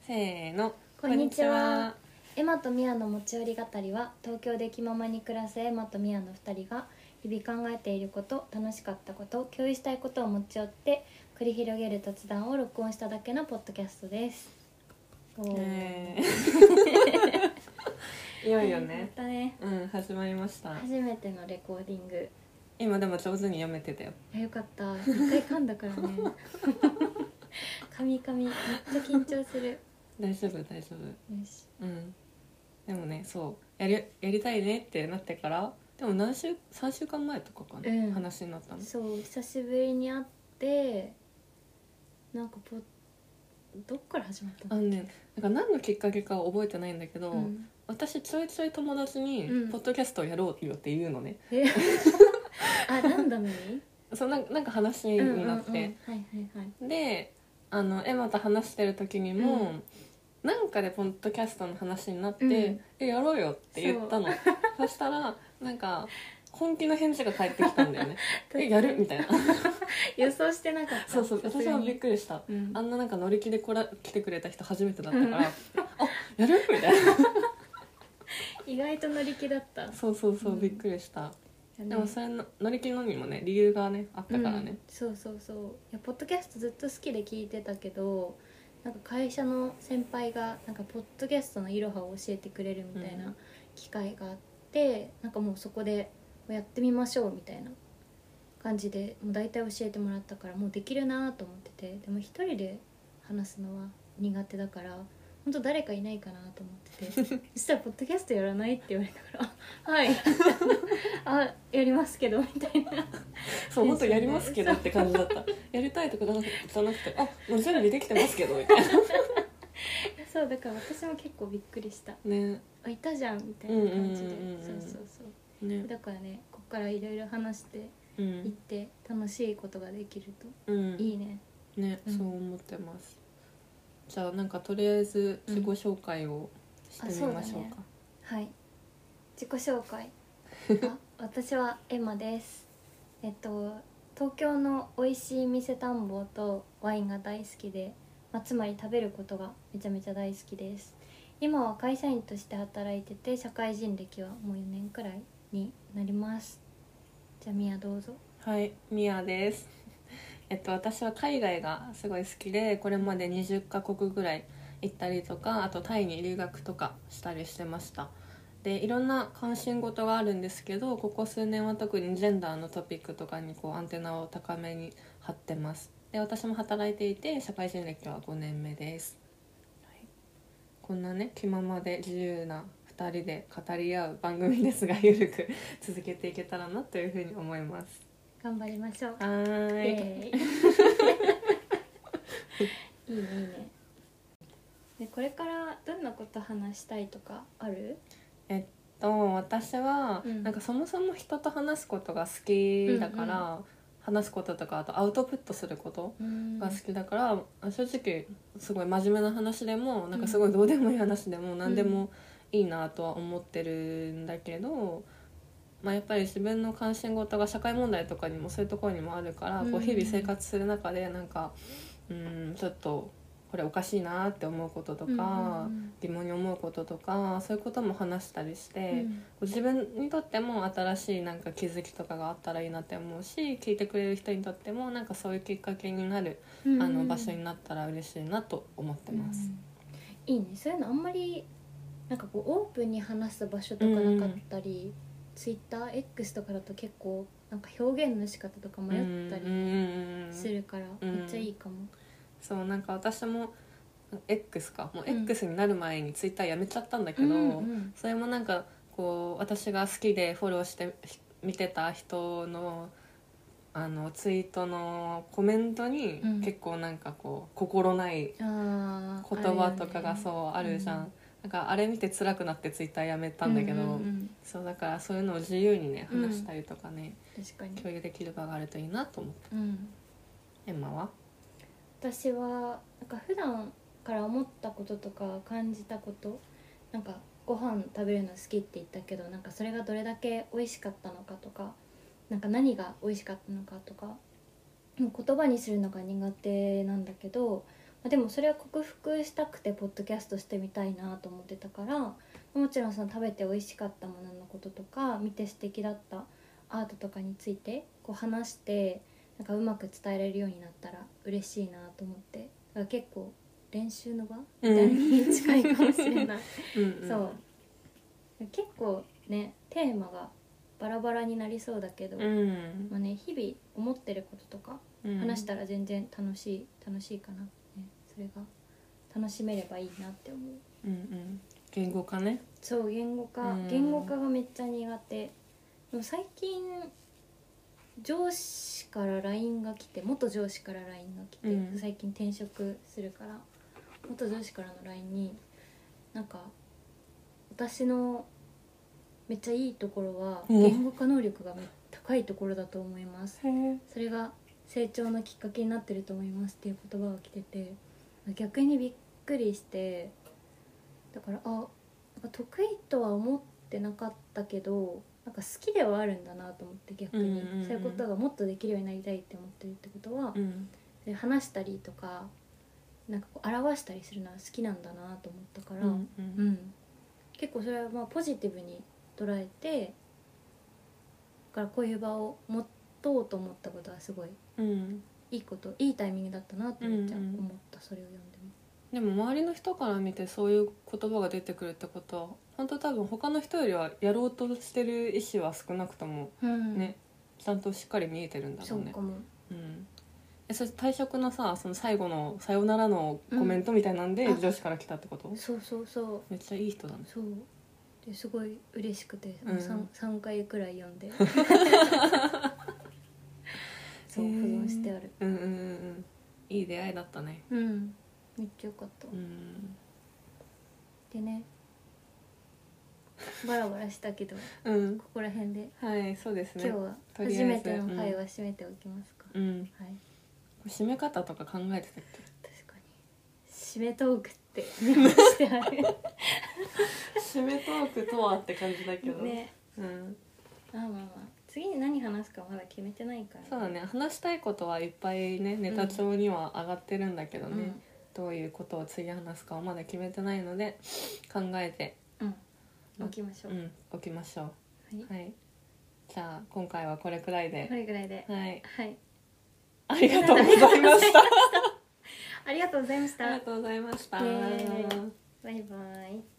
せーの、 こんにちは。エマとミヤの持ち寄り語りは、東京で気ままに暮らすエマとミヤの2人が日々考えていること、楽しかったこと、共有したいことを持ち寄って繰り広げる雑談を録音しただけのポッドキャストです。 いよいよね、 やったね。 始まりました。 初めてのレコーディング。 今でも上手に読めてたよ。 よかった。一回噛んだからね。噛みめっちゃ緊張する。 大丈夫。よし。 でもね、そうやりたいねってなってから、でも3週間前とかかな、話になったの。 そう久しぶりに会って、なんかどっから始まったの？ なんか何のきっかけかは覚えてないんだけど、私ちょいちょい友達にポッドキャストをやろうよって言うのね。 あ、ランダムに？ そうなんか話になって、でエマと話してる時にも、なんかでポッドキャストの話になって、やろうよって言ったの。そしたらなんか本気の返事が返ってきたんだよね。やるみたいな。 予想してなかった。 そう私はびっくりした、あんななんか乗り気で来てくれた人初めてだったから、あ、やるみたいな。 意外と乗り気だった。 そう、びっくりした。でもそれの乗り気のにもね、理由がねあったからね。 そういやポッドキャストずっと好きで聞いてたけど、なんか会社の先輩がなんかポッドキャストのいろはを教えてくれるみたいな機会があって、なんかもうそこでやってみましょうみたいな感じでもう大体教えてもらったから、もうできるなと思ってて、でも一人で話すのは苦手だから、本当誰かいないかなと思っててそしたらポッドキャストやらないって言われたからはいあ、やりますけどみたいな。 そう本当やりますけどって感じだった。やりたいとかじゃなくて、あ、もう準備できてますけどみたいな。 そうだから私も結構びっくりしたね。 あ、いたじゃんみたいな感じで、そう、ね、だからね、こっからいろいろ話していって楽しいことができるといいね。 ね、そう思ってます。じゃあなんかとりあえず自己紹介をしてみましょうか。 はい、自己紹介私はエマです。東京の美味しい店探訪とワインが大好きで、つまり食べることがめちゃめちゃ大好きです。今は会社員として働いてて、社会人歴はもう4年くらいになります。じゃあミヤどうぞ。 はい、ミヤです。私は海外がすごい好きで、これまで20カ国ぐらい行ったりとか、あとタイに留学とかしたりしてました。でいろんな関心事があるんですけど、ここ数年は特にジェンダーのトピックとかにアンテナを高めに張ってます。で私も働いていて、社会人歴は5年目です。こんなね、気ままで自由な2人で語り合う番組ですが、ゆるく続けていけたらなというふうに思います。 頑張りましょう。 はいいいね。でこれからどんなこと話したいとかある？ 私は、なんかそもそも人と話すことが好きだから、話すこととか、あとアウトプットすることが好きだから、正直すごい真面目な話でも、なんかすごいどうでもいい話でも何でもいいなとは思ってるんだけど、やっぱり自分の関心事が社会問題とかにもそういうところにもあるから、日々生活する中でなんかちょっとこれおかしいなって思うこととか、疑問に思うこととか、そういうことも話したりして、自分にとっても新しいなんか気づきとかがあったらいいなって思うし、聞いてくれる人にとってもなんかそういうきっかけになる、場所になったら嬉しいなと思ってます。 いいね。そういうのあんまりなんかオープンに話す場所とかなかったり、Twitter、X とかだと結構なんか表現の仕方とか迷ったりするから、めっちゃいいかも。 そう、なんか私も X か、もう X になる前に Twitter やめちゃったんだけど、それもなんか私が好きでフォローして見てた人のツイートのコメントに、結構なんか心ない言葉とかがあるじゃん。なんかあれ見て辛くなってツイッターやめたんだけど、そうだからそういうのを自由にね話したりとかね、共有できる場があるといいなと思って、エンマは？ 私はなんか普段から思ったこととか感じたこと、なんかご飯食べるの好きって言ったけど、なんかそれがどれだけ美味しかったのかとか、なんか何が美味しかったのかとか言葉にするのが苦手なんだけど、 でもそれは克服したくてポッドキャストしてみたいなと思ってたから、もちろんその食べて美味しかったもののこととか見て素敵だったアートとかについてこう話してなんかうまく伝えられるようになったら嬉しいなと思って、だから結構練習の場みたいに近いかもしれないそう結構ねテーマがバラバラになりそうだけど、まあね、日々思ってることとか話したら全然楽しいかな、ね、それが楽しめればいいなって思う。 言語化ね。 そう言語化がめっちゃ苦手。でも最近上司から LINE が来て、元上司から LINE が来て、最近転職するから元上司からの LINE になんか私のめっちゃいいところは言語化能力が高いところだと思います、それが成長のきっかけになってると思いますっていう言葉が来てて、逆にびっくりして、だからなんか得意とは思ってなかったけどなんか好きではあるんだなと思って、逆に、そういうことがもっとできるようになりたいって思ってるってことは、話したりとかなんかこう表したりするのは好きなんだなと思ったから、結構それはまあポジティブに捉えて、だからこういう場を持とうと思ったことはすごいいいこと、いいタイミングだったなってめっちゃ思った、それを読んでも。 でも周りの人から見てそういう言葉が出てくるってことは本当多分他の人よりはやろうとしてる意思は少なくともね、ちゃんとしっかり見えてるんだろうね。 そうかも。 それ退職のさ、その最後のさよならのコメントみたいなんで、上司から来たってこと？ そうめっちゃいい人だね。 そうですごい嬉しくて、3回くらい読んでそう保存してある。 いい出会いだったね。 めっちゃよかった。でね、バラバラしたけど、ここら辺で、 そうですね、 今日は初めての回は締めておきますか。 締め方とか考えてたっけ？ 確かに締めトークってメモしてある締めトークとはって感じだけどね。 まあ次に何話すかまだ決めてないから、 そうだね、話したいことはいっぱいねネタ帳には上がってるんだけどね、どういうことを次話すかはまだ決めてないので考えて置きましょう。 置きましょう。はい、じゃあ今回はこれくらいで。ありがとうございましたありがとうございました。 ありがとうございました。 バイバイ。